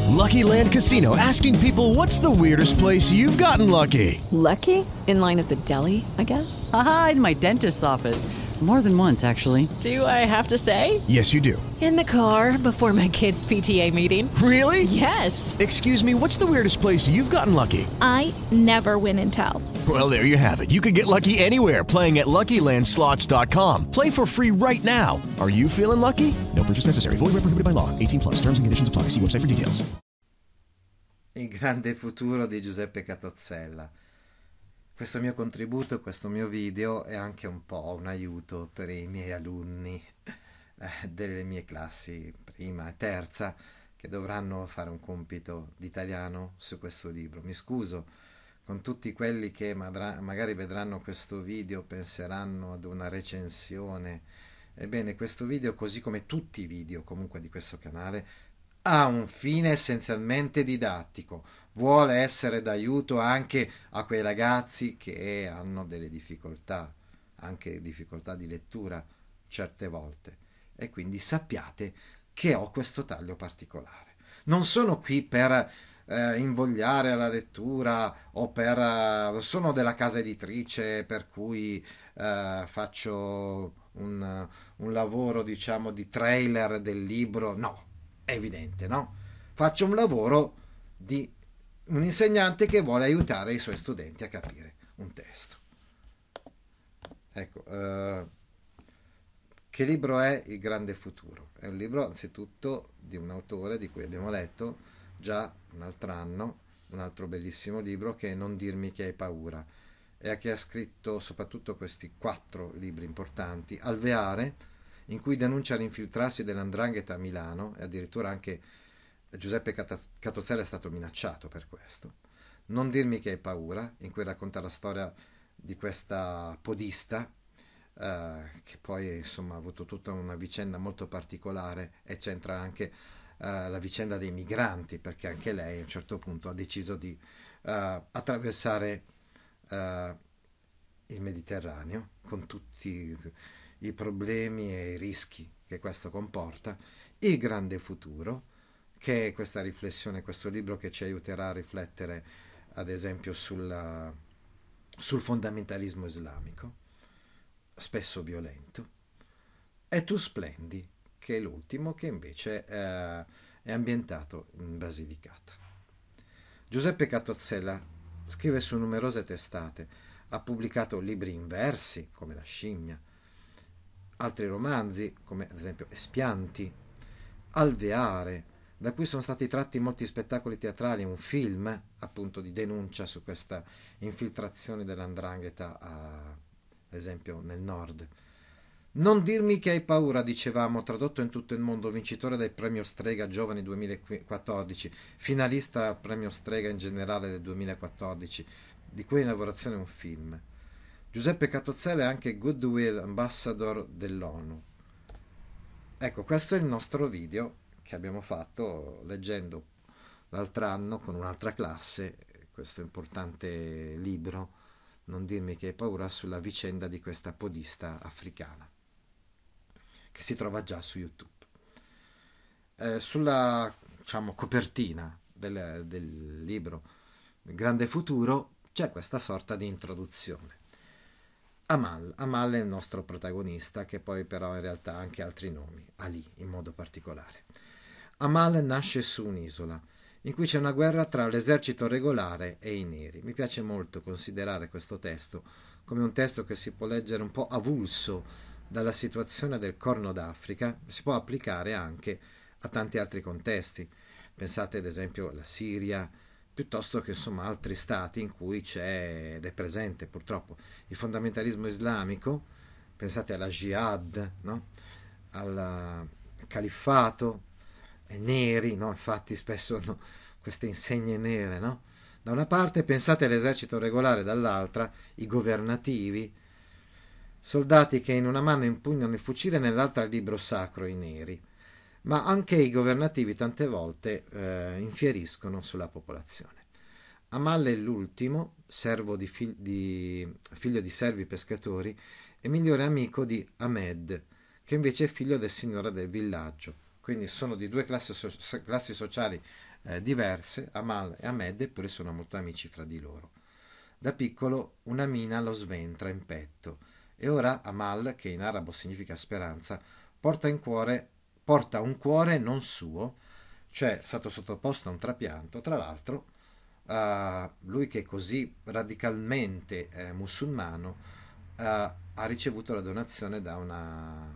Lucky Land Casino, asking people, what's the weirdest place you've gotten lucky? Lucky? In line at the deli, I guess? Aha, in my dentist's office. More than once, actually. Do I have to say? Yes, you do. In the car before my kids' PTA meeting. Really? Yes. Excuse me, what's the weirdest place you've gotten lucky? I never win and tell. Well, there you have it. You can get lucky anywhere, playing at LuckyLandSlots.com. Play for free right now. Are you feeling lucky? No purchase necessary. Void where prohibited by law. 18+. Terms and conditions apply. See website for details. Il grande futuro di Giuseppe Catozzella. Questo mio contributo, questo mio video è anche un po' un aiuto per i miei alunni delle mie classi prima e terza che dovranno fare un compito di italiano su questo libro. Mi scuso con tutti quelli che magari vedranno questo video, penseranno ad una recensione. Ebbene, questo video, così come tutti i video comunque di questo canale, ha un fine essenzialmente didattico, vuole essere d'aiuto anche a quei ragazzi che hanno delle difficoltà, anche difficoltà di lettura certe volte, e quindi sappiate che ho questo taglio particolare. Non sono qui per invogliare alla lettura o sono della casa editrice per cui faccio un lavoro, diciamo, di trailer del libro. No, è evidente, no? Faccio un lavoro di un insegnante che vuole aiutare i suoi studenti a capire un testo. Ecco, che libro è Il grande futuro? È un libro anzitutto di un autore di cui abbiamo letto già un altro anno, un altro bellissimo libro che è Non dirmi che hai paura, e a chi ha scritto soprattutto questi 4 libri importanti: Alveare, in cui denuncia l'infiltrarsi dell''ndrangheta a Milano, e addirittura anche Giuseppe Catozzella è stato minacciato per questo. Non dirmi che hai paura, in cui racconta la storia di questa podista che poi insomma ha avuto tutta una vicenda molto particolare, e c'entra anche la vicenda dei migranti, perché anche lei a un certo punto ha deciso di attraversare il Mediterraneo con tutti i problemi e i rischi che questo comporta. Il grande futuro, che è questa riflessione, questo libro che ci aiuterà a riflettere ad esempio sul fondamentalismo islamico, spesso violento, e Tu splendi, che è l'ultimo, che invece è ambientato in Basilicata. Giuseppe Catozzella scrive su numerose testate, ha pubblicato libri in versi come La scimmia, altri romanzi come ad esempio Espianti, Alveare, da cui sono stati tratti molti spettacoli teatrali, un film appunto di denuncia su questa infiltrazione dell''ndrangheta ad esempio nel nord. Non dirmi che hai paura, dicevamo, tradotto in tutto il mondo, vincitore del premio Strega Giovani 2014, finalista al premio Strega in generale del 2014, di cui in lavorazione un film. Giuseppe Catozzella è anche Goodwill Ambassador dell'ONU. Ecco, questo è il nostro video che abbiamo fatto leggendo l'altro anno con un'altra classe questo importante libro, Non dirmi che hai paura, sulla vicenda di questa podista africana, che si trova già su YouTube. Sulla, diciamo, copertina del libro Il grande futuro c'è questa sorta di introduzione. Amal è il nostro protagonista, che poi però in realtà ha anche altri nomi, Ali in modo particolare. Amal nasce su un'isola in cui c'è una guerra tra l'esercito regolare e i neri. Mi piace molto considerare questo testo come un testo che si può leggere un po' avulso dalla situazione del Corno d'Africa, si può applicare anche a tanti altri contesti. Pensate ad esempio alla Siria, piuttosto che insomma altri stati in cui c'è ed è presente purtroppo il fondamentalismo islamico. Pensate alla jihad, no? Al califfato, neri, no? Infatti spesso hanno queste insegne nere, no? Da una parte pensate all'esercito regolare, dall'altra i governativi, soldati che in una mano impugnano il fucile, nell'altra il libro sacro, i neri. Ma anche i governativi tante volte infieriscono sulla popolazione. Amal è l'ultimo, figlio di servi pescatori, e migliore amico di Ahmed, che invece è figlio del signore del villaggio. Quindi sono di due classi sociali diverse, Amal e Ahmed, eppure sono molto amici fra di loro. Da piccolo una mina lo sventra in petto e ora Amal, che in arabo significa speranza, porta un cuore non suo, cioè è stato sottoposto a un trapianto, tra l'altro lui che è così radicalmente musulmano ha ricevuto la donazione da una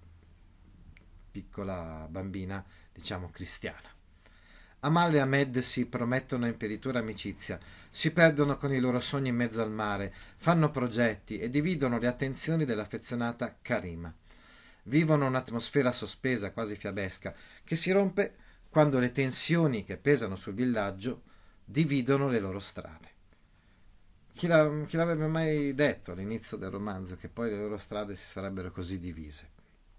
piccola bambina, diciamo, cristiana. Amal e Ahmed si promettono in peritura amicizia, si perdono con i loro sogni in mezzo al mare, fanno progetti e dividono le attenzioni dell'affezionata Karima. Vivono un'atmosfera sospesa, quasi fiabesca, che si rompe quando le tensioni che pesano sul villaggio dividono le loro strade. Chi l'avrebbe mai detto all'inizio del romanzo che poi le loro strade si sarebbero così divise?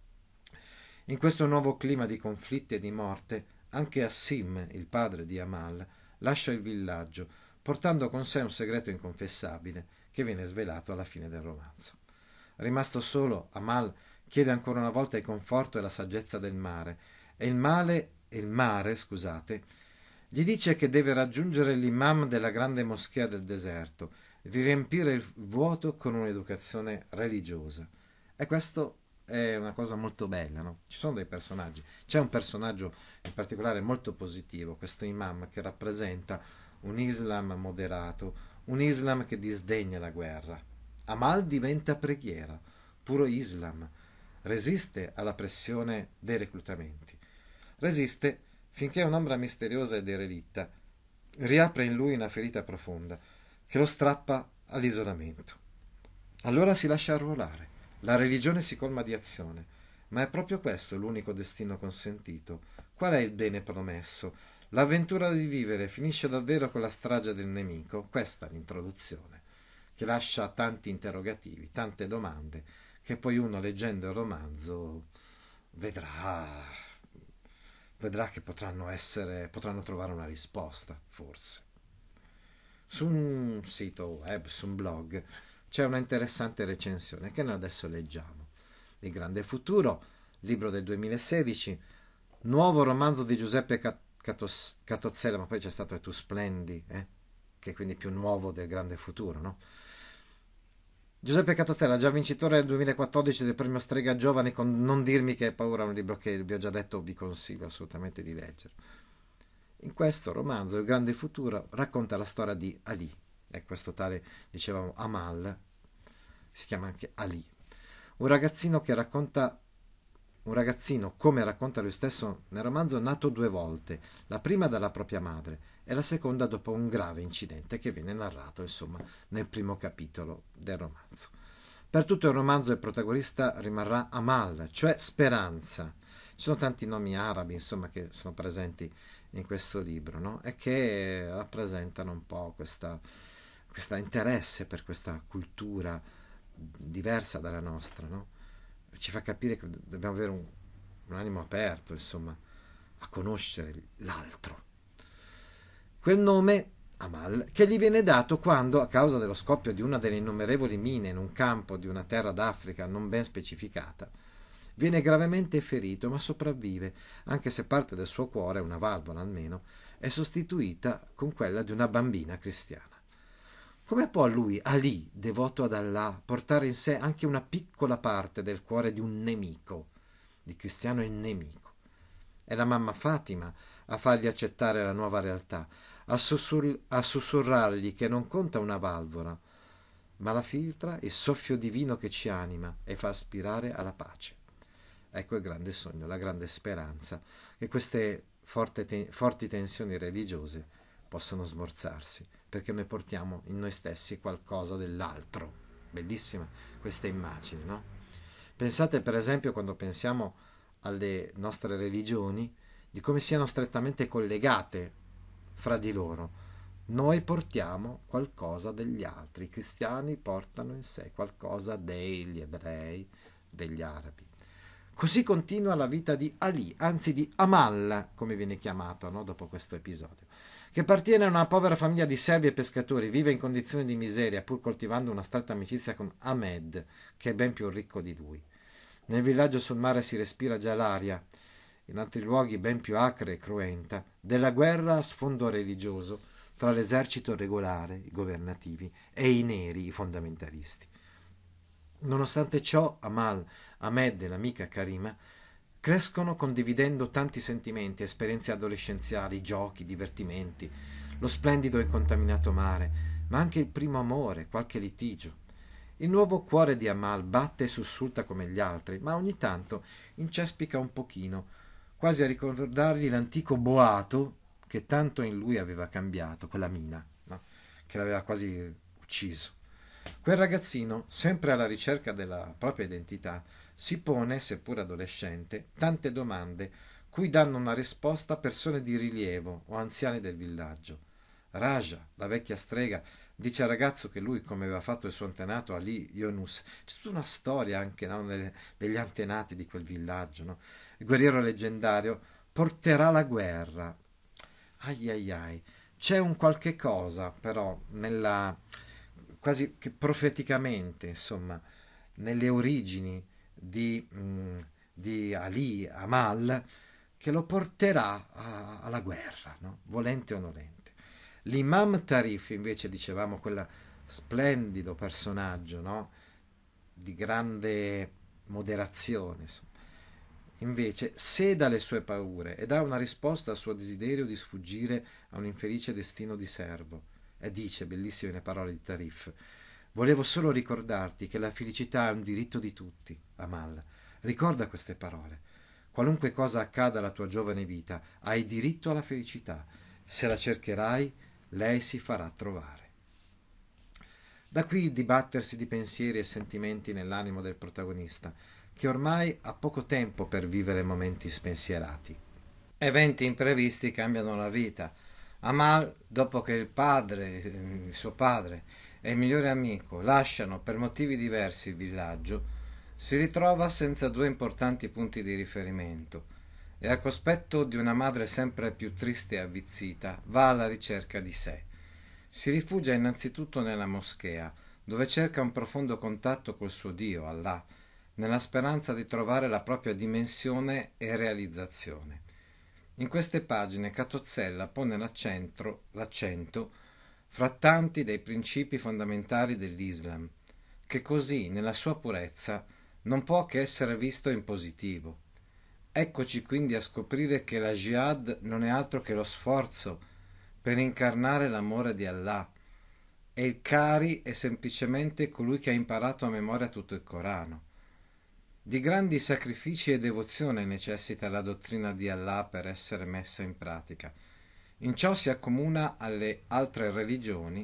In questo nuovo clima di conflitti e di morte, anche Assim, il padre di Amal, lascia il villaggio, portando con sé un segreto inconfessabile che viene svelato alla fine del romanzo. Rimasto solo, Amal chiede ancora una volta il conforto e la saggezza del mare, e il mare, gli dice che deve raggiungere l'imam della grande moschea del deserto, di riempire il vuoto con un'educazione religiosa. E questo è una cosa molto bella, no? Ci sono dei personaggi. C'è un personaggio in particolare molto positivo, questo imam, che rappresenta un Islam moderato, un Islam che disdegna la guerra. Amal diventa preghiera, puro Islam. Resiste alla pressione dei reclutamenti. Resiste finché un'ombra misteriosa e derelitta riapre in lui una ferita profonda che lo strappa all'isolamento. Allora si lascia arruolare. La religione si colma di azione, ma è proprio questo l'unico destino consentito. Qual è il bene promesso? L'avventura di vivere finisce davvero con la strage del nemico? Questa è l'introduzione, che lascia tanti interrogativi, tante domande, che poi uno leggendo il romanzo vedrà che potranno trovare una risposta, forse. Su un sito web, su un blog, c'è una interessante recensione che noi adesso leggiamo. Il Grande Futuro, libro del 2016, nuovo romanzo di Giuseppe Catozzella, ma poi c'è stato E tu splendi, che è quindi più nuovo del Grande Futuro, no? Giuseppe Catozzella, già vincitore nel 2014 del premio Strega Giovani con Non dirmi che hai paura, un libro che vi ho già detto vi consiglio assolutamente di leggere. In questo romanzo, Il Grande Futuro, racconta la storia di Ali, e questo tale, dicevamo, Amal, si chiama anche Ali, un ragazzino, come racconta lui stesso nel romanzo, nato 2 volte, la prima dalla propria madre e la seconda dopo un grave incidente che viene narrato, insomma, nel primo capitolo del romanzo. Per tutto il romanzo il protagonista rimarrà Amal, cioè speranza. Ci sono tanti nomi arabi, insomma, che sono presenti in questo libro, no? E che rappresentano un po' questo interesse per questa cultura diversa dalla nostra, no? Ci fa capire che dobbiamo avere un animo aperto, insomma, a conoscere l'altro. Quel nome, Amal, che gli viene dato quando, a causa dello scoppio di una delle innumerevoli mine in un campo di una terra d'Africa non ben specificata, viene gravemente ferito, ma sopravvive, anche se parte del suo cuore, una valvola almeno, è sostituita con quella di una bambina cristiana. Come può lui, Ali, devoto ad Allah, portare in sé anche una piccola parte del cuore di un nemico, di cristiano il nemico? È la mamma Fatima a fargli accettare la nuova realtà, a sussurrargli che non conta una valvola, ma la filtra il soffio divino che ci anima e fa aspirare alla pace. Ecco il grande sogno, la grande speranza, che queste forti tensioni religiose possano smorzarsi, perché noi portiamo in noi stessi qualcosa dell'altro. Bellissima questa immagine, no? Pensate per esempio, quando pensiamo alle nostre religioni, di come siano strettamente collegate fra di loro. Noi portiamo qualcosa degli altri, i cristiani portano in sé qualcosa degli ebrei, degli arabi. Così continua la vita di Ali, anzi di Amal, come viene chiamato, no? Dopo questo episodio, che appartiene a una povera famiglia di servi e pescatori, vive in condizioni di miseria, pur coltivando una stretta amicizia con Ahmed, che è ben più ricco di lui. Nel villaggio sul mare si respira già l'aria in altri luoghi ben più acre e cruenta, della guerra a sfondo religioso tra l'esercito regolare, i governativi, e i neri, i fondamentalisti. Nonostante ciò, Amal, Ahmed e l'amica Karima crescono condividendo tanti sentimenti, esperienze adolescenziali, giochi, divertimenti, lo splendido e incontaminato mare, ma anche il primo amore, qualche litigio. Il nuovo cuore di Amal batte e sussulta come gli altri, ma ogni tanto incespica un pochino, quasi a ricordargli l'antico boato che tanto in lui aveva cambiato, quella mina, no? Che l'aveva quasi ucciso. Quel ragazzino, sempre alla ricerca della propria identità, si pone, seppur adolescente, tante domande cui danno una risposta persone di rilievo o anziani del villaggio. Raja, la vecchia strega, dice al ragazzo che lui, come aveva fatto il suo antenato Ali Yunus, c'è tutta una storia anche, no, degli antenati di quel villaggio, no? Il guerriero leggendario porterà la guerra. Ai ai ai. C'è un qualche cosa però nella quasi che profeticamente, insomma, nelle origini di Ali Amal, che lo porterà alla guerra, no? Volente o nolente. L'imam Tarif, invece, dicevamo, quel splendido personaggio, no? Di grande moderazione, insomma, invece seda le sue paure e dà una risposta al suo desiderio di sfuggire a un infelice destino di servo. E dice, bellissime le parole di Tarif: volevo solo ricordarti che la felicità è un diritto di tutti, Amal. Ricorda queste parole. Qualunque cosa accada alla tua giovane vita, hai diritto alla felicità. Se la cercherai, lei si farà trovare. Da qui il dibattersi di pensieri e sentimenti nell'animo del protagonista, che ormai ha poco tempo per vivere momenti spensierati. Eventi imprevisti cambiano la vita. Amal, dopo che il suo padre e il migliore amico lasciano per motivi diversi il villaggio, si ritrova senza due importanti punti di riferimento e al cospetto di una madre sempre più triste e avvizzita va alla ricerca di sé. Si rifugia innanzitutto nella moschea, dove cerca un profondo contatto col suo Dio, Allah, nella speranza di trovare la propria dimensione e realizzazione. In queste pagine Catozzella pone l'accento fra tanti dei principi fondamentali dell'Islam, che così, nella sua purezza, non può che essere visto in positivo. Eccoci quindi a scoprire che la jihad non è altro che lo sforzo per incarnare l'amore di Allah, e il Qari è semplicemente colui che ha imparato a memoria tutto il Corano. Di grandi sacrifici e devozione necessita la dottrina di Allah per essere messa in pratica. In ciò si accomuna alle altre religioni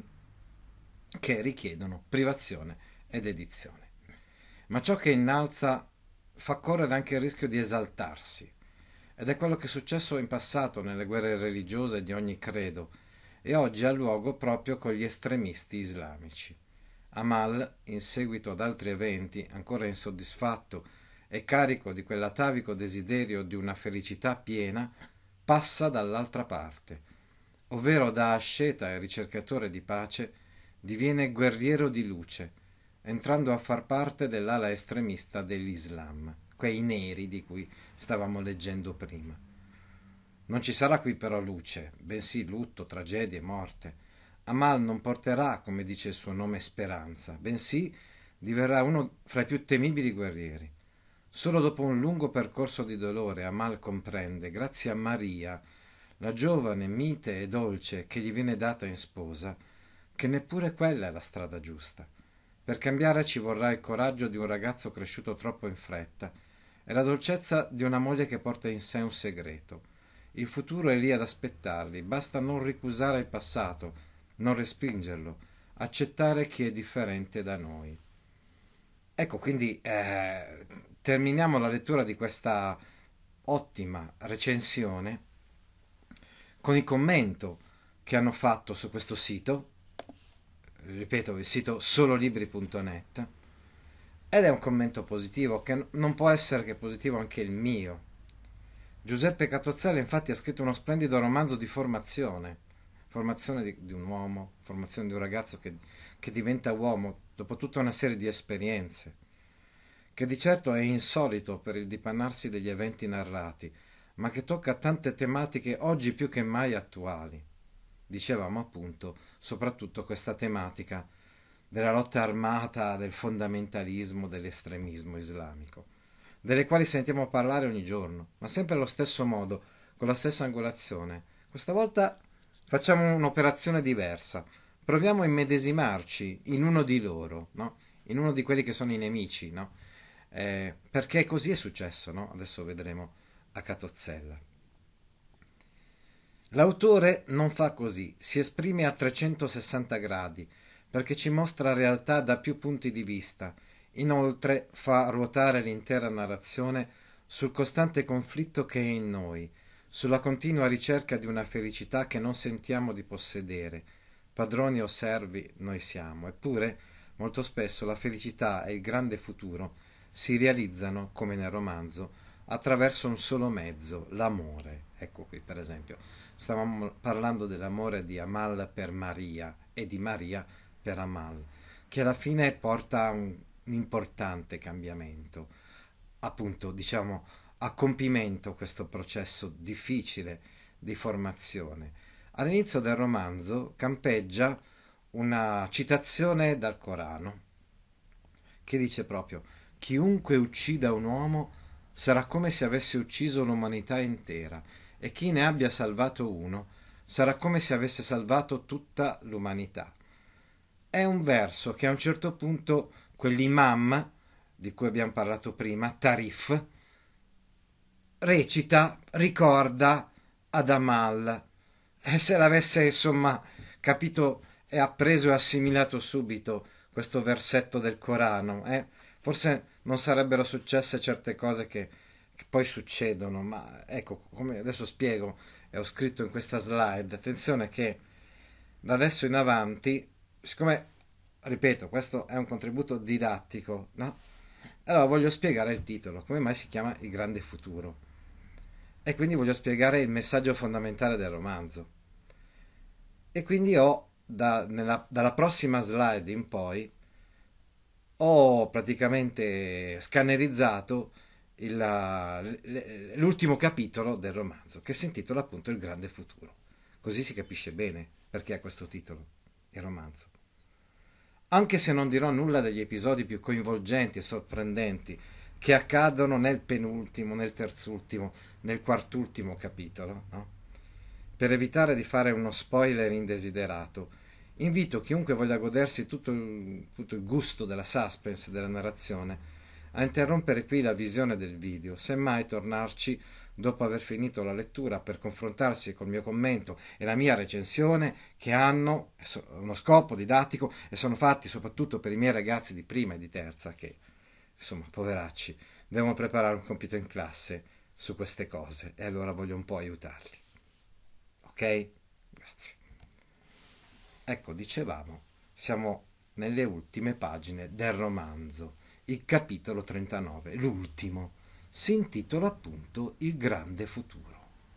che richiedono privazione e dedizione. Ma ciò che innalza fa correre anche il rischio di esaltarsi, ed è quello che è successo in passato nelle guerre religiose di ogni credo e oggi ha luogo proprio con gli estremisti islamici. Amal, in seguito ad altri eventi, ancora insoddisfatto e carico di quell'atavico desiderio di una felicità piena, passa dall'altra parte, ovvero da asceta e ricercatore di pace diviene guerriero di luce, entrando a far parte dell'ala estremista dell'Islam, quei neri di cui stavamo leggendo prima. Non ci sarà qui però luce, bensì lutto, tragedie, morte. Amal non porterà, come dice il suo nome, speranza, bensì diverrà uno fra i più temibili guerrieri. Solo dopo un lungo percorso di dolore Amal comprende, grazie a Maria, la giovane, mite e dolce che gli viene data in sposa, che neppure quella è la strada giusta. Per cambiare ci vorrà il coraggio di un ragazzo cresciuto troppo in fretta e la dolcezza di una moglie che porta in sé un segreto. Il futuro è lì ad aspettarli, basta non ricusare il passato, non respingerlo, accettare chi è differente da noi. Ecco, quindi terminiamo la lettura di questa ottima recensione con il commento che hanno fatto su questo sito, ripeto, il sito sololibri.net, ed è un commento positivo, che non può essere che positivo anche il mio. Giuseppe Catozzella infatti ha scritto uno splendido romanzo di formazione di un uomo, formazione di un ragazzo che diventa uomo dopo tutta una serie di esperienze, che di certo è insolito per il dipanarsi degli eventi narrati, ma che tocca tante tematiche oggi più che mai attuali. Dicevamo appunto soprattutto questa tematica della lotta armata, del fondamentalismo, dell'estremismo islamico, delle quali sentiamo parlare ogni giorno, ma sempre allo stesso modo, con la stessa angolazione. Questa volta facciamo un'operazione diversa. Proviamo a immedesimarci in uno di loro, no? In uno di quelli che sono i nemici, no? Perché così è successo, no? Adesso vedremo a Catozzella. L'autore non fa così, si esprime a 360 gradi, perché ci mostra realtà da più punti di vista. Inoltre fa ruotare l'intera narrazione sul costante conflitto che è in noi, sulla continua ricerca di una felicità che non sentiamo di possedere. Padroni o servi noi siamo, eppure molto spesso la felicità e il grande futuro si realizzano, come nel romanzo, attraverso un solo mezzo, l'amore. Ecco qui, per esempio, stavamo parlando dell'amore di Amal per Maria e di Maria per Amal, che alla fine porta a un importante cambiamento, appunto, diciamo, a compimento questo processo difficile di formazione. All'inizio del romanzo campeggia una citazione dal Corano che dice proprio: chiunque uccida un uomo sarà come se avesse ucciso l'umanità intera, e chi ne abbia salvato uno sarà come se avesse salvato tutta l'umanità. È un verso che a un certo punto quell'imam di cui abbiamo parlato prima, Tarif, recita, ricorda ad Amal. E se l'avesse insomma capito e appreso e assimilato subito questo versetto del Corano, forse non sarebbero successe certe cose che poi succedono. Ma ecco, come adesso spiego e ho scritto in questa slide, attenzione che da adesso in avanti, siccome, ripeto, questo è un contributo didattico, no? Allora voglio spiegare il titolo, come mai si chiama Il grande futuro. E quindi voglio spiegare il messaggio fondamentale del romanzo. E quindi dalla prossima slide in poi, ho praticamente scannerizzato l'ultimo capitolo del romanzo, che si intitola appunto Il grande futuro. Così si capisce bene perché ha questo titolo, il romanzo. Anche se non dirò nulla degli episodi più coinvolgenti e sorprendenti che accadono nel penultimo, nel terzultimo, nel quartultimo capitolo, no? Per evitare di fare uno spoiler indesiderato, invito chiunque voglia godersi tutto il gusto della suspense della narrazione a interrompere qui la visione del video, semmai tornarci dopo aver finito la lettura per confrontarsi col mio commento e la mia recensione, che hanno uno scopo didattico e sono fatti soprattutto per i miei ragazzi di prima e di terza che, insomma, poveracci, devono preparare un compito in classe su queste cose e allora voglio un po' aiutarli. Ok? Grazie. Ecco, dicevamo, siamo nelle ultime pagine del romanzo. Il capitolo 39, l'ultimo, si intitola appunto Il grande futuro.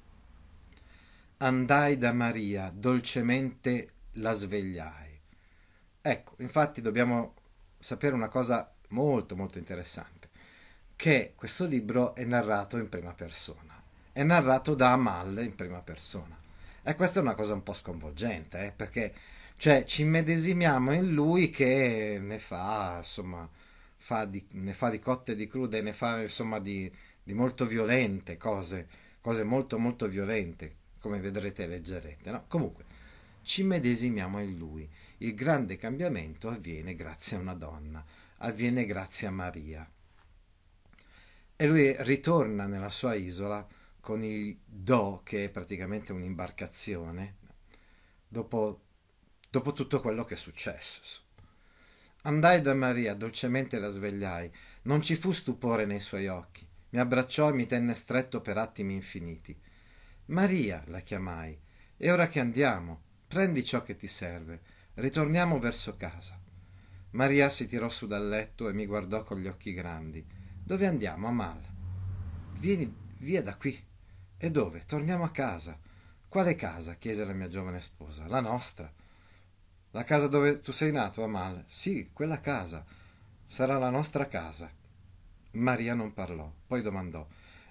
Andai da Maria, dolcemente la svegliai. Ecco, infatti dobbiamo sapere una cosa molto molto interessante, che questo libro è narrato in prima persona, è narrato da Amal in prima persona. E questa è una cosa un po' sconvolgente, perché cioè, ci immedesimiamo in lui che ne fa, insomma, ne fa di cotte e di crude, ne fa insomma di molto violente cose molto molto violente, come vedrete e leggerete, no? Comunque, ci medesimiamo in lui. Il grande cambiamento avviene grazie a una donna, avviene grazie a Maria. E lui ritorna nella sua isola con il Do, che è praticamente un'imbarcazione, dopo tutto quello che è successo. Andai da Maria, dolcemente la svegliai. Non ci fu stupore nei suoi occhi. Mi abbracciò e mi tenne stretto per attimi infiniti. Maria, la chiamai. E ora che andiamo? Prendi ciò che ti serve. Ritorniamo verso casa. Maria si tirò su dal letto e mi guardò con gli occhi grandi. Dove andiamo, Amal? Vieni via da qui. E dove? Torniamo a casa. Quale casa? Chiese la mia giovane sposa. La nostra. La casa dove tu sei nato, Amal? Sì, quella casa. Sarà la nostra casa. Maria non parlò, poi domandò: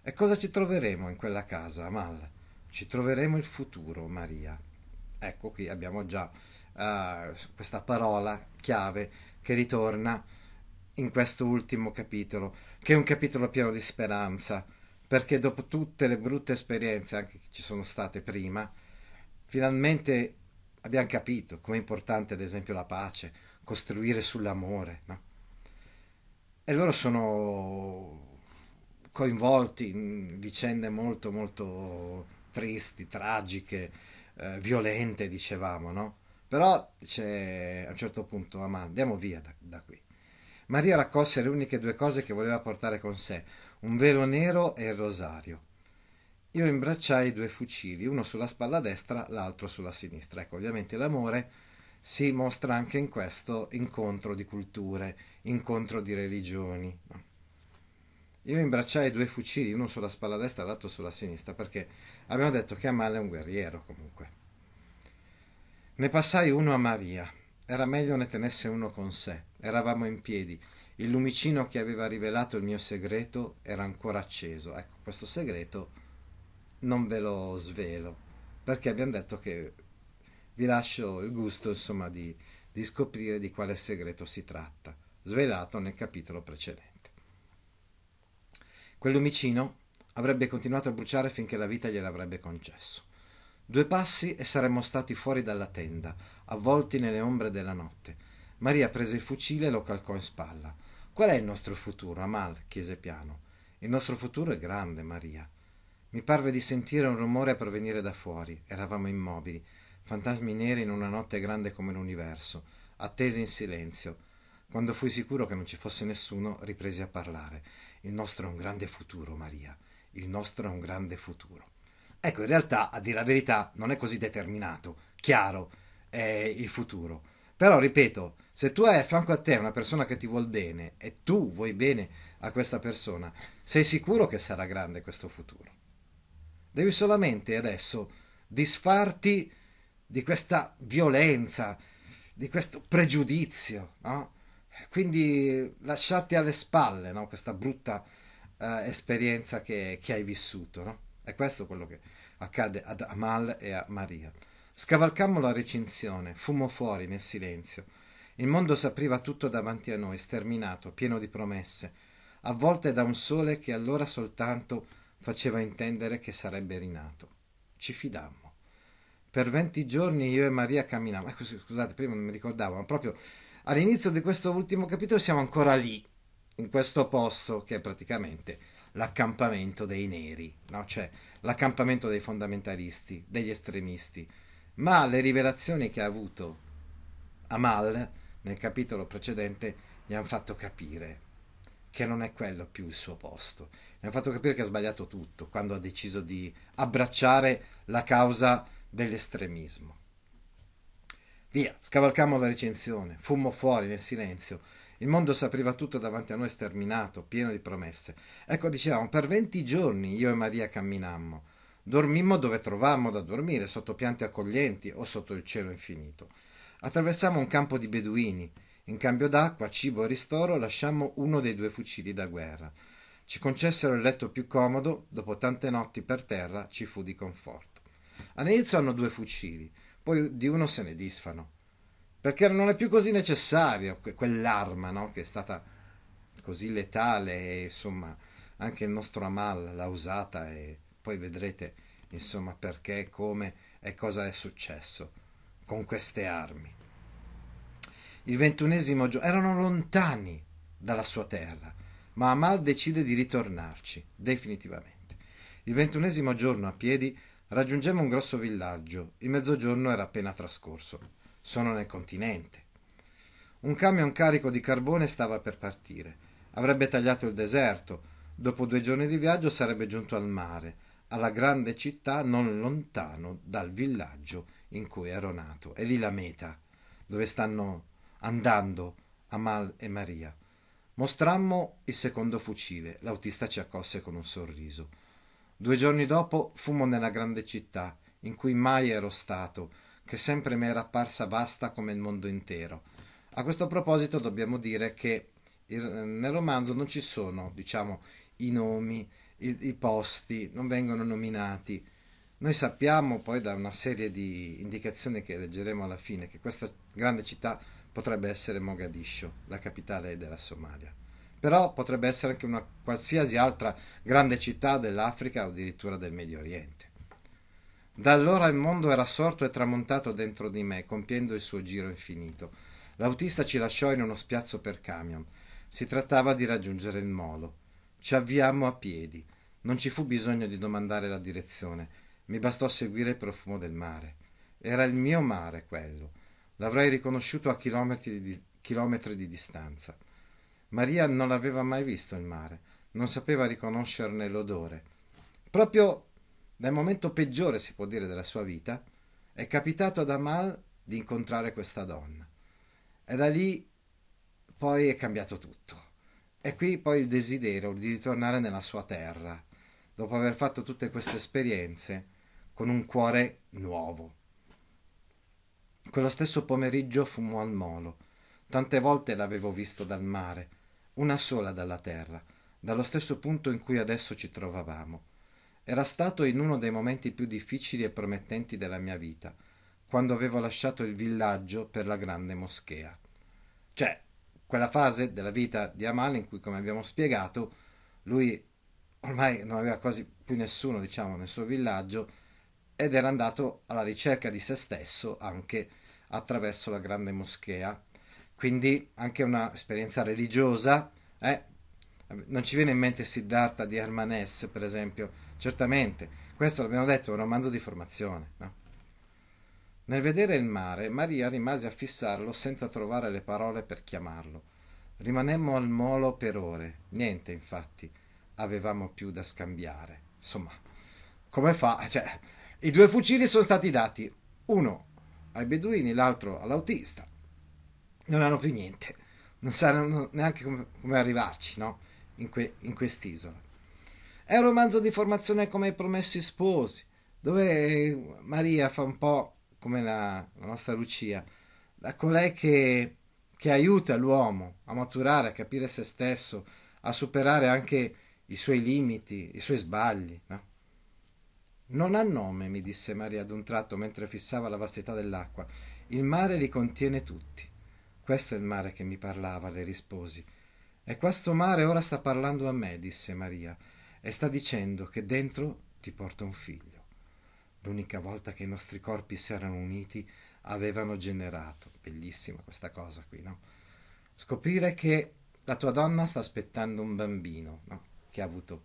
E cosa ci troveremo in quella casa, Amal? Ci troveremo il futuro, Maria. Ecco, qui abbiamo già questa parola chiave che ritorna in questo ultimo capitolo, che è un capitolo pieno di speranza, perché dopo tutte le brutte esperienze, anche che ci sono state prima, finalmente abbiamo capito com'è importante, ad esempio, la pace, costruire sull'amore, no? E loro sono coinvolti in vicende molto molto tristi, tragiche, violente, dicevamo, no? Però dice a un certo punto, mamma, andiamo via da qui. Maria raccolse le uniche due cose che voleva portare con sé, un velo nero e il rosario. Io imbracciai due fucili, uno sulla spalla destra, l'altro sulla sinistra. Ecco, ovviamente l'amore si mostra anche in questo incontro di culture, incontro di religioni, no? Io imbracciai due fucili, uno sulla spalla destra e l'altro sulla sinistra, perché abbiamo detto che Amal è un guerriero comunque. Ne passai uno a Maria. Era meglio ne tenesse uno con sé. Eravamo in piedi. Il lumicino che aveva rivelato il mio segreto era ancora acceso. Ecco, questo segreto non ve lo svelo, perché abbiamo detto che vi lascio il gusto, insomma, di scoprire di quale segreto si tratta, svelato nel capitolo precedente. Quel lumicino avrebbe continuato a bruciare finché la vita gliel'avrebbe concesso. 2 passi e saremmo stati fuori dalla tenda, avvolti nelle ombre della notte. Maria prese il fucile e lo calcò in spalla. Qual è il nostro futuro, Amal? Chiese piano. Il nostro futuro è grande, Maria. Mi parve di sentire un rumore a provenire da fuori. Eravamo immobili, fantasmi neri in una notte grande come l'universo, attesi in silenzio. Quando fui sicuro che non ci fosse nessuno, ripresi a parlare. Il nostro è un grande futuro, Maria. Il nostro è un grande futuro. Ecco, in realtà, a dire la verità, non è così determinato, chiaro, è il futuro. Però, ripeto, se tu hai a fianco a te una persona che ti vuol bene e tu vuoi bene a questa persona, sei sicuro che sarà grande questo futuro. Devi solamente adesso disfarti di questa violenza, di questo pregiudizio, no? Quindi lasciarti alle spalle, no? Questa brutta esperienza che hai vissuto, no? È questo quello che accade ad Amal e a Maria. Scavalcammo la recinzione, fummo fuori nel silenzio. Il mondo s'apriva tutto davanti a noi, sterminato, pieno di promesse, avvolte da un sole che allora soltanto faceva intendere che sarebbe rinato. Ci fidammo. Per 20 giorni io e Maria camminammo. Scusate, prima non mi ricordavo, ma proprio all'inizio di questo ultimo capitolo siamo ancora lì, in questo posto che è praticamente l'accampamento dei neri, no? Cioè l'accampamento dei fondamentalisti, degli estremisti. Ma le rivelazioni che ha avuto Amal nel capitolo precedente gli hanno fatto capire che non è quello più il suo posto. Gli hanno fatto capire che ha sbagliato tutto quando ha deciso di abbracciare la causa dell'estremismo. Via, scavalcammo la recinzione, fummo fuori nel silenzio. Il mondo s'apriva tutto davanti a noi sterminato, pieno di promesse. Ecco, dicevamo, per 20 giorni io e Maria camminammo. Dormimmo dove trovammo da dormire, sotto piante accoglienti o sotto il cielo infinito. Attraversammo un campo di beduini. In cambio d'acqua, cibo e ristoro lasciammo uno dei 2 fucili da guerra. Ci concessero il letto più comodo, dopo tante notti per terra ci fu di conforto. All'inizio hanno 2 fucili, poi di uno se ne disfano, perché non è più così necessario quell'arma, no? Che è stata così letale e insomma anche il nostro Amal l'ha usata e poi vedrete insomma perché, come e cosa è successo con queste armi. Il 21° giorno erano lontani dalla sua terra, ma Amal decide di ritornarci definitivamente. Il 21° giorno a piedi raggiungemmo un grosso villaggio. Il mezzogiorno era appena trascorso. Sono nel continente. Un camion carico di carbone stava per partire. Avrebbe tagliato il deserto. Dopo 2 giorni di viaggio sarebbe giunto al mare, alla grande città non lontano dal villaggio in cui ero nato. È lì la meta, dove stanno andando Amal e Maria. Mostrammo il secondo fucile. L'autista ci accolse con un sorriso. 2 giorni dopo fummo nella grande città, in cui mai ero stato, che sempre mi era apparsa vasta come il mondo intero. A questo proposito dobbiamo dire che nel romanzo non ci sono, diciamo, i nomi i posti, non vengono nominati. Noi sappiamo poi da una serie di indicazioni che leggeremo alla fine che questa grande città potrebbe essere Mogadiscio, la capitale della Somalia. Però potrebbe essere anche una qualsiasi altra grande città dell'Africa o addirittura del Medio Oriente. Da allora il mondo era sorto e tramontato dentro di me, compiendo il suo giro infinito. L'autista ci lasciò in uno spiazzo per camion. Si trattava di raggiungere il molo. Ci avviammo a piedi. Non ci fu bisogno di domandare la direzione. Mi bastò seguire il profumo del mare. Era il mio mare quello. L'avrei riconosciuto a chilometri di distanza. Maria non aveva mai visto il mare, non sapeva riconoscerne l'odore. Proprio nel momento peggiore, si può dire, della sua vita, è capitato ad Amal di incontrare questa donna. E da lì poi è cambiato tutto. E qui poi il desiderio di ritornare nella sua terra, dopo aver fatto tutte queste esperienze, con un cuore nuovo. Quello stesso pomeriggio fummo al molo. Tante volte l'avevo visto dal mare, una sola dalla terra, dallo stesso punto in cui adesso ci trovavamo. Era stato in uno dei momenti più difficili e promettenti della mia vita, quando avevo lasciato il villaggio per la grande moschea. Cioè, quella fase della vita di Amal in cui, come abbiamo spiegato, lui ormai non aveva quasi più nessuno, diciamo, nel suo villaggio ed era andato alla ricerca di se stesso anche attraverso la grande moschea. Quindi anche un'esperienza religiosa, non ci viene in mente Siddhartha di Hermann Hesse, per esempio. Certamente, questo l'abbiamo detto, è un romanzo di formazione, no? Nel vedere il mare, Maria rimase a fissarlo senza trovare le parole per chiamarlo. Rimanemmo al molo per ore, niente infatti, avevamo più da scambiare. Insomma, come fa? Cioè, i due fucili sono stati dati, uno ai beduini, l'altro all'autista. Non hanno più niente, non sanno neanche come arrivarci, no? In quest'isola. È un romanzo di formazione come I Promessi Sposi, dove Maria fa un po' come la nostra Lucia, da colei che aiuta l'uomo a maturare, a capire se stesso, a superare anche i suoi limiti, i suoi sbagli, no? Non ha nome, mi disse Maria ad un tratto mentre fissava la vastità dell'acqua. Il mare li contiene tutti. Questo è il mare che mi parlava, le risposi. E questo mare ora sta parlando a me, disse Maria, e sta dicendo che dentro ti porta un figlio. L'unica volta che i nostri corpi si erano uniti avevano generato. Bellissima questa cosa qui, no? Scoprire che la tua donna sta aspettando un bambino, no? Che ha avuto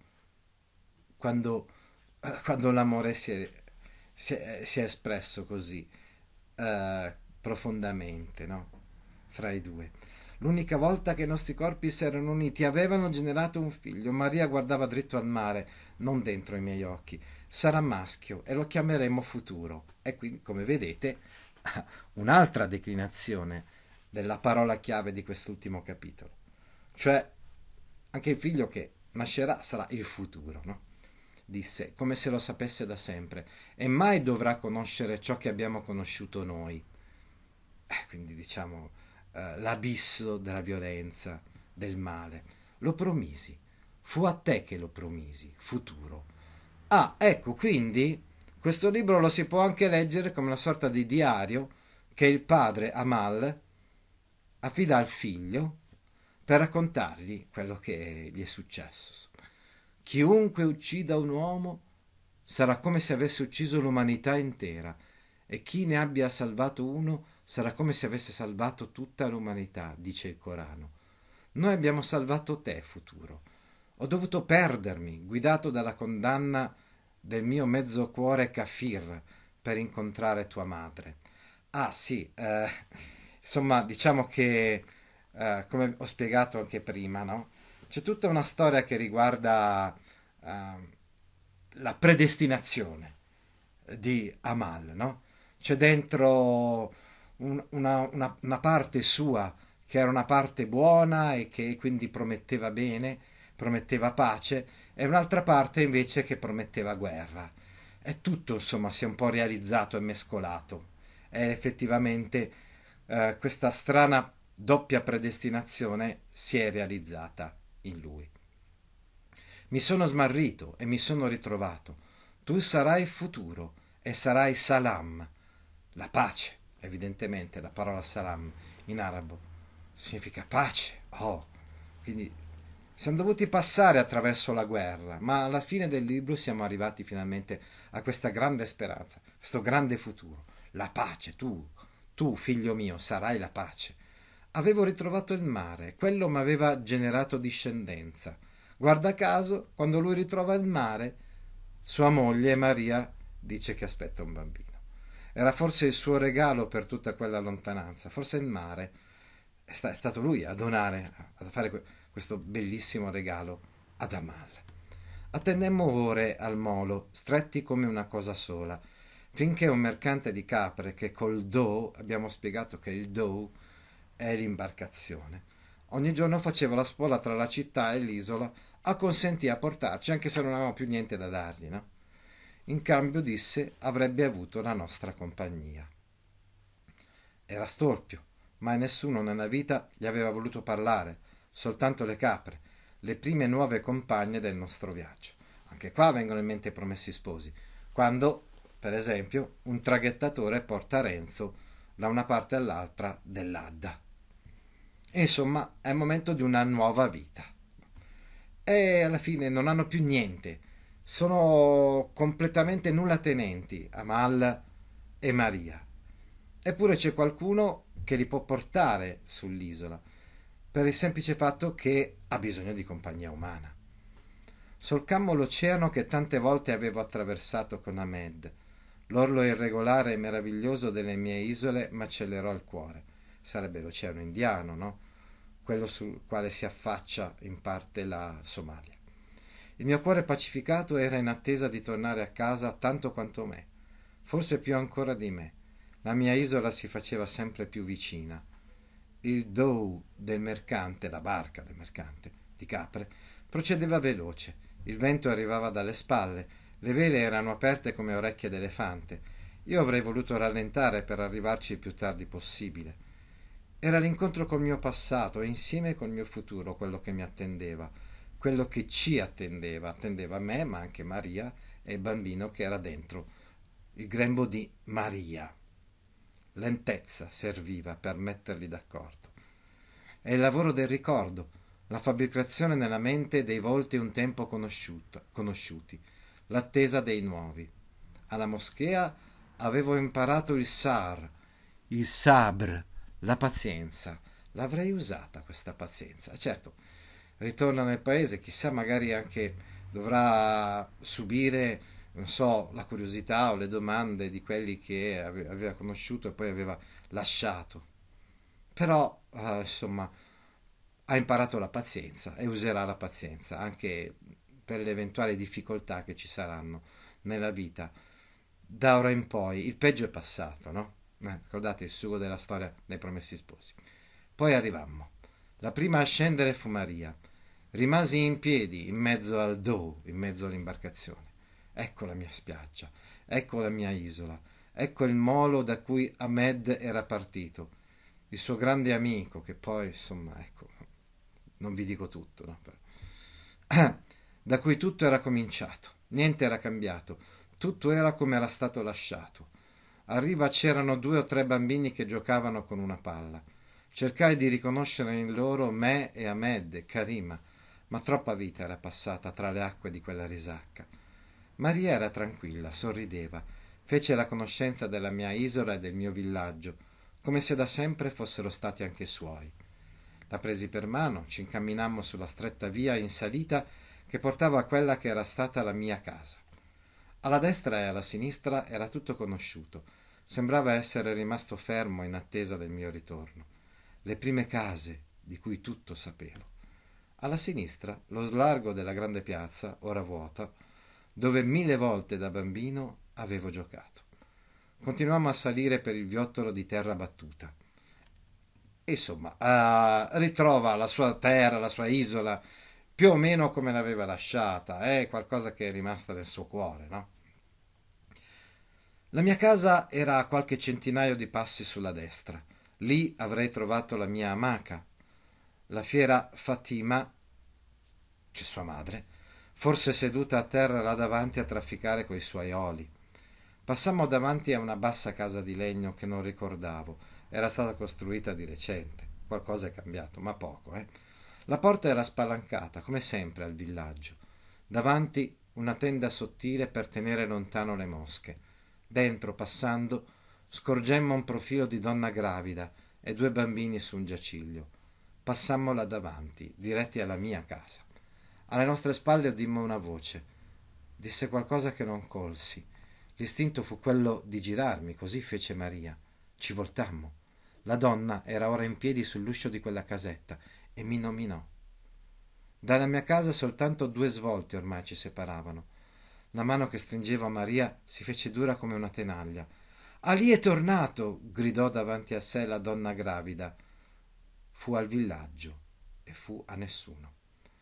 quando l'amore si è espresso così profondamente, no? Fra i due. L'unica volta che i nostri corpi si erano uniti avevano generato un figlio. Maria guardava dritto al mare, non dentro i miei occhi. Sarà maschio e lo chiameremo futuro. E quindi, come vedete, un'altra declinazione della parola chiave di quest'ultimo capitolo. Cioè, anche il figlio che nascerà sarà il futuro, no? Disse, come se lo sapesse da sempre, e mai dovrà conoscere ciò che abbiamo conosciuto noi. Quindi diciamo l'abisso della violenza, del male. Lo promisi, fu a te che lo promisi, futuro. Ah, ecco, quindi questo libro lo si può anche leggere come una sorta di diario che il padre Amal affida al figlio per raccontargli quello che gli è successo. Chiunque uccida un uomo sarà come se avesse ucciso l'umanità intera, e chi ne abbia salvato uno sarà come se avesse salvato tutta l'umanità, dice il Corano. Noi abbiamo salvato te, futuro. Ho dovuto perdermi, guidato dalla condanna del mio mezzo cuore kafir, per incontrare tua madre. Ah sì, insomma, diciamo che, come ho spiegato anche prima, no? C'è tutta una storia che riguarda la predestinazione di Amal, no? C'è dentro una parte sua che era una parte buona e che quindi prometteva bene, prometteva pace, e un'altra parte invece che prometteva guerra. E tutto, insomma, si è un po' realizzato e mescolato. E effettivamente questa strana doppia predestinazione si è realizzata in lui. Mi sono smarrito e mi sono ritrovato. Tu sarai futuro e sarai salam, la pace. Evidentemente la parola salam in arabo significa pace. Oh, quindi siamo dovuti passare attraverso la guerra, ma alla fine del libro siamo arrivati finalmente a questa grande speranza, questo grande futuro. La pace, tu figlio mio, sarai la pace. Avevo ritrovato il mare, quello mi aveva generato discendenza. Guarda caso, quando lui ritrova il mare, sua moglie Maria dice che aspetta un bambino. Era forse il suo regalo per tutta quella lontananza, forse il mare è stato lui a donare, a fare questo bellissimo regalo ad Amal. Attendemmo ore al molo, stretti come una cosa sola, finché un mercante di capre che col dhow, abbiamo spiegato che il dhow è l'imbarcazione, ogni giorno faceva la spola tra la città e l'isola, acconsentì a portarci, anche se non avevamo più niente da dargli, no? In cambio, disse, avrebbe avuto la nostra compagnia. Era storpio, mai nessuno nella vita gli aveva voluto parlare, soltanto le capre, le prime nuove compagne del nostro viaggio. Anche qua vengono in mente i promessi sposi, quando, per esempio, un traghettatore porta Renzo da una parte all'altra dell'Adda. Insomma, è il momento di una nuova vita. E alla fine non hanno più niente, sono completamente nullatenenti, Amal e Maria. Eppure c'è qualcuno che li può portare sull'isola, per il semplice fatto che ha bisogno di compagnia umana. Solcammo l'oceano che tante volte avevo attraversato con Ahmed. L'orlo irregolare e meraviglioso delle mie isole m'accelerò il cuore. Sarebbe l'Oceano Indiano, no? Quello sul quale si affaccia in parte la Somalia. Il mio cuore pacificato era in attesa di tornare a casa tanto quanto me, forse più ancora di me. La mia isola si faceva sempre più vicina. Il dhow del mercante, la barca del mercante di capre, procedeva veloce. Il vento arrivava dalle spalle, le vele erano aperte come orecchie d'elefante. Io avrei voluto rallentare per arrivarci il più tardi possibile. Era l'incontro col mio passato e insieme col mio futuro quello che mi attendeva, quello che ci attendeva me, ma anche Maria e il bambino che era dentro il grembo di Maria. Lentezza serviva per metterli d'accordo. È il lavoro del ricordo, la fabbricazione nella mente dei volti un tempo conosciuti, l'attesa dei nuovi. Alla moschea avevo imparato il sabr, la pazienza. L'avrei usata questa pazienza. Certo, ritorna nel paese, chissà, magari anche dovrà subire, non so, la curiosità o le domande di quelli che aveva conosciuto e poi aveva lasciato. Però, insomma, ha imparato la pazienza e userà la pazienza anche per le eventuali difficoltà che ci saranno nella vita. Da ora in poi il peggio è passato, no? Ricordate il sugo della storia dei Promessi Sposi. Poi arrivammo. La prima a scendere fu Maria. Rimasi in piedi in mezzo al dhow, in mezzo all'imbarcazione. Ecco la mia spiaggia, ecco la mia isola, ecco il molo da cui Ahmed era partito, il suo grande amico, che poi, insomma, ecco, non vi dico tutto, no? Da cui tutto era cominciato, niente era cambiato, tutto era come era stato lasciato. A riva c'erano 2 o 3 bambini che giocavano con una palla. Cercai di riconoscere in loro me e Ahmed e Karima, ma troppa vita era passata tra le acque di quella risacca. Maria era tranquilla, sorrideva, fece la conoscenza della mia isola e del mio villaggio, come se da sempre fossero stati anche suoi. La presi per mano, ci incamminammo sulla stretta via in salita che portava a quella che era stata la mia casa. Alla destra e alla sinistra era tutto conosciuto, sembrava essere rimasto fermo in attesa del mio ritorno. Le prime case, di cui tutto sapevo. Alla sinistra lo slargo della grande piazza, ora vuota, dove 1000 volte da bambino avevo giocato. Continuammo a salire per il viottolo di terra battuta. Insomma, ritrova la sua terra, la sua isola, più o meno come l'aveva lasciata, è qualcosa che è rimasta nel suo cuore, no? La mia casa era a qualche centinaio di passi sulla destra. Lì avrei trovato la mia amaca. La fiera Fatima, cioè sua madre, forse seduta a terra là davanti a trafficare coi suoi oli. Passammo davanti a una bassa casa di legno che non ricordavo, era stata costruita di recente, qualcosa è cambiato, ma poco, eh. La porta era spalancata, come sempre al villaggio. Davanti una tenda sottile per tenere lontano le mosche. Dentro, passando, scorgemmo un profilo di donna gravida e due bambini su un giaciglio. Passammo là davanti, diretti alla mia casa. Alle nostre spalle udimmo una voce. Disse qualcosa che non colsi. L'istinto fu quello di girarmi, così fece Maria. Ci voltammo. La donna era ora in piedi sull'uscio di quella casetta e mi nominò. Dalla mia casa soltanto 2 svolte ormai ci separavano. La mano che stringeva Maria si fece dura come una tenaglia. Ali è tornato! Gridò davanti a sé la donna gravida. Fu al villaggio e fu a nessuno.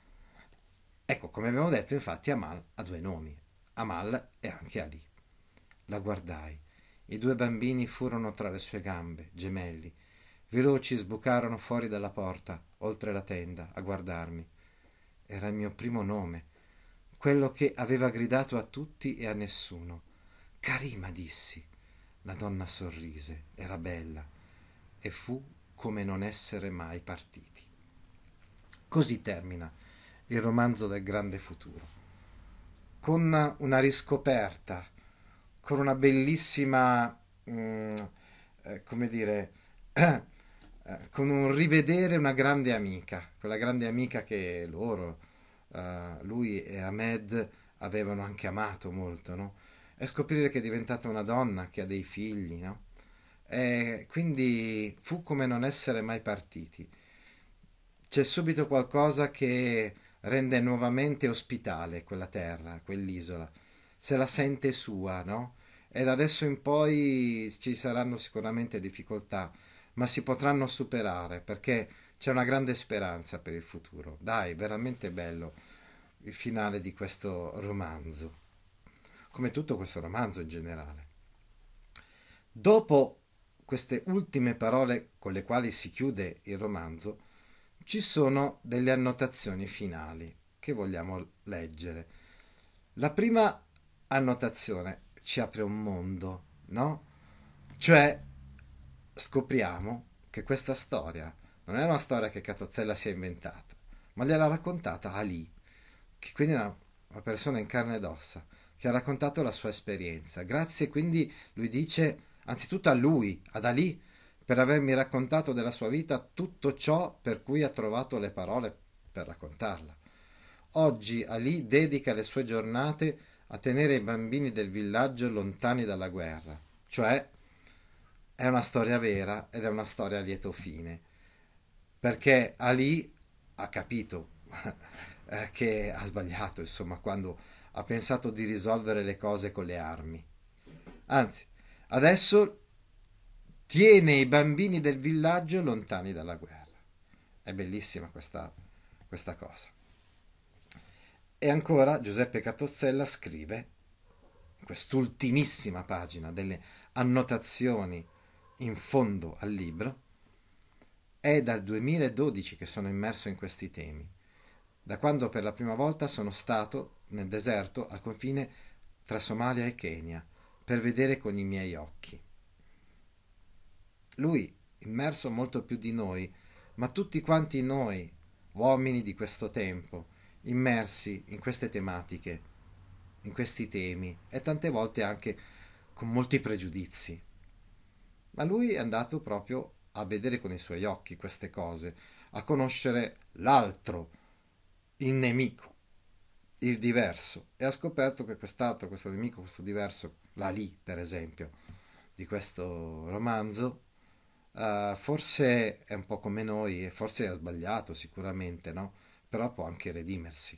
Ecco, come abbiamo detto, infatti Amal ha 2 nomi, Amal e anche Ali. La guardai. I 2 bambini furono tra le sue gambe, gemelli. Veloci sbucarono fuori dalla porta, oltre la tenda, a guardarmi. Era il mio primo nome, quello che aveva gridato a tutti e a nessuno. Karima, dissi. La donna sorrise, era bella, e fu come non essere mai partiti. Così termina il romanzo del grande futuro, con una riscoperta, con una bellissima, come dire, con un rivedere una grande amica, quella grande amica che loro, lui e Ahmed, avevano anche amato molto, no? E scoprire che è diventata una donna, che ha dei figli, no? E quindi fu come non essere mai partiti. C'è subito qualcosa che rende nuovamente ospitale quella terra, quell'isola. Se la sente sua, no? E da adesso in poi ci saranno sicuramente difficoltà, ma si potranno superare perché c'è una grande speranza per il futuro. Dai, veramente bello il finale di questo romanzo, come tutto questo romanzo in generale. Dopo queste ultime parole con le quali si chiude il romanzo, ci sono delle annotazioni finali che vogliamo leggere. La prima annotazione ci apre un mondo, no? Cioè scopriamo che questa storia non è una storia che Catozzella si è inventata, ma gliel'ha raccontata Ali, che quindi è una persona in carne ed ossa, che ha raccontato la sua esperienza. Grazie quindi, lui dice, anzitutto a lui, ad Ali, per avermi raccontato della sua vita tutto ciò per cui ha trovato le parole per raccontarla. Oggi Ali dedica le sue giornate a tenere i bambini del villaggio lontani dalla guerra, cioè è una storia vera ed è una storia a lieto fine, perché Ali ha capito che ha sbagliato, insomma, quando ha pensato di risolvere le cose con le armi. Anzi, adesso tiene i bambini del villaggio lontani dalla guerra. È bellissima questa cosa. E ancora Giuseppe Catozzella scrive quest'ultimissima pagina delle annotazioni in fondo al libro. È dal 2012 che sono immerso in questi temi, da quando per la prima volta sono stato nel deserto al confine tra Somalia e Kenya per vedere con i miei occhi. Lui, immerso molto più di noi, ma tutti quanti noi, uomini di questo tempo, immersi in queste tematiche, in questi temi, e tante volte anche con molti pregiudizi. Ma lui è andato proprio a vedere con i suoi occhi queste cose, a conoscere l'altro, il nemico, il diverso, e ha scoperto che quest'altro, questo nemico, questo diverso, l'Ali per esempio, di questo romanzo, forse è un po' come noi e forse ha sbagliato sicuramente, no? Però può anche redimersi.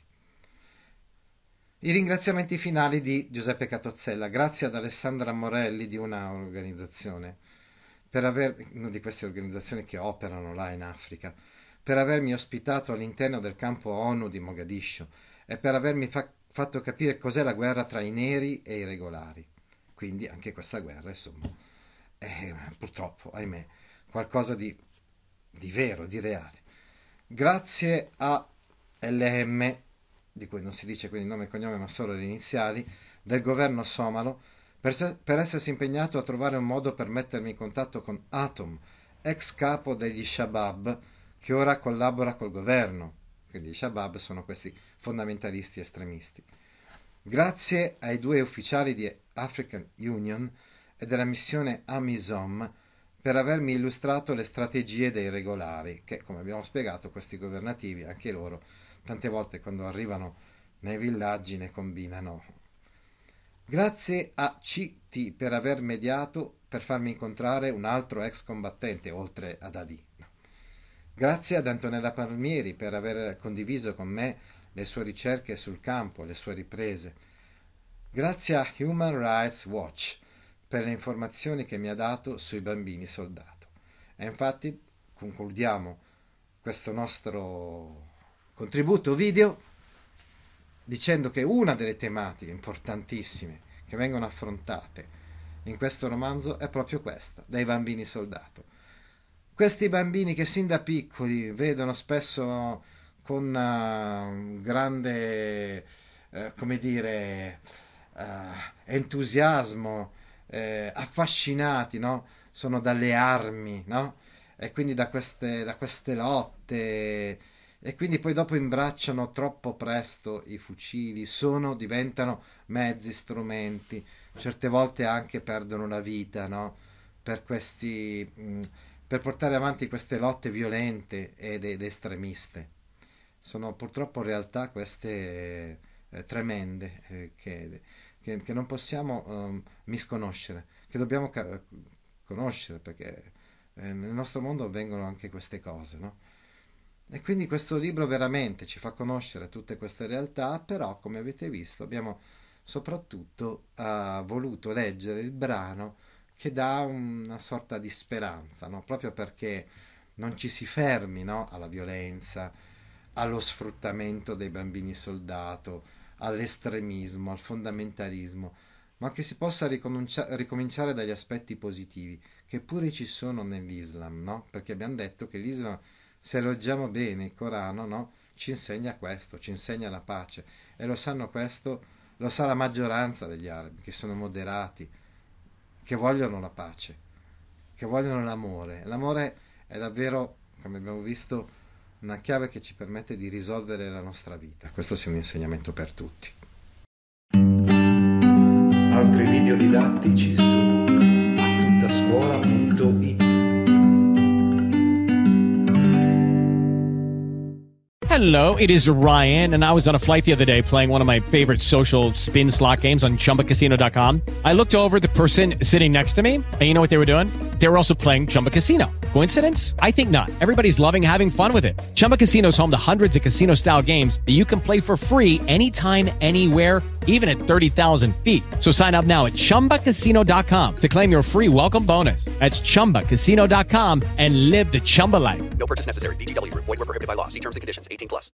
I ringraziamenti finali di Giuseppe Catozzella, grazie ad Alessandra Morelli di una organizzazione, una di queste organizzazioni che operano là in Africa, per avermi ospitato all'interno del campo ONU di Mogadiscio e per avermi fatto capire cos'è la guerra tra i neri e i regolari. Quindi anche questa guerra, insomma, è purtroppo, ahimè, qualcosa di vero, di reale. Grazie a LM di cui non si dice quindi nome e cognome ma solo le iniziali, del governo somalo per essersi impegnato a trovare un modo per mettermi in contatto con Atom, ex capo degli Shabab, che ora collabora col governo. Quindi i Shabab sono questi fondamentalisti estremisti. Grazie ai 2 ufficiali di African Union e della missione AMISOM per avermi illustrato le strategie dei regolari, che come abbiamo spiegato questi governativi, anche loro, tante volte quando arrivano nei villaggi ne combinano. Grazie a CT per aver mediato per farmi incontrare un altro ex combattente, oltre ad Ali. Grazie ad Antonella Palmieri per aver condiviso con me le sue ricerche sul campo, le sue riprese. Grazie a Human Rights Watch per le informazioni che mi ha dato sui bambini soldato. E infatti concludiamo questo nostro contributo video dicendo che una delle tematiche importantissime che vengono affrontate in questo romanzo è proprio questa, dei bambini soldato. Questi bambini che sin da piccoli vedono spesso con grande, entusiasmo, affascinati, no? Sono dalle armi, no? E quindi da queste lotte, e quindi poi dopo imbracciano troppo presto i fucili, diventano mezzi, strumenti, certe volte anche perdono la vita, no? Per portare avanti queste lotte violente ed estremiste. Sono purtroppo realtà queste tremende che non possiamo misconoscere, che dobbiamo conoscere, perché nel nostro mondo avvengono anche queste cose, no? E quindi questo libro veramente ci fa conoscere tutte queste realtà, però come avete visto abbiamo soprattutto voluto leggere il brano che dà una sorta di speranza, no? Proprio perché non ci si fermi, no? Alla violenza, allo sfruttamento dei bambini soldato, all'estremismo, al fondamentalismo, ma che si possa ricominciare dagli aspetti positivi, che pure ci sono nell'Islam, no? Perché abbiamo detto che l'Islam, se leggiamo bene il Corano, no? Ci insegna questo, ci insegna la pace, e lo sanno questo, lo sa la maggioranza degli arabi, che sono moderati, che vogliono la pace, che vogliono l'amore. L'amore è davvero, come abbiamo visto, una chiave che ci permette di risolvere la nostra vita. Questo sia un insegnamento per tutti. Altri video didattici su atuttascuola.it. Hello, it is Ryan, and I was on a flight the other day playing one of my favorite social spin slot games on ChumbaCasino.com. I looked over at the person sitting next to me, and you know what they were doing? They were also playing Chumba Casino. Coincidence? I think not. Everybody's loving having fun with it. Chumba Casino is home to hundreds of casino-style games that you can play for free anytime, anywhere, even at 30,000 feet. So sign up now at ChumbaCasino.com to claim your free welcome bonus. That's ChumbaCasino.com and live the Chumba life. No purchase necessary. VGW. Void where prohibited by law. See terms and conditions. 18+.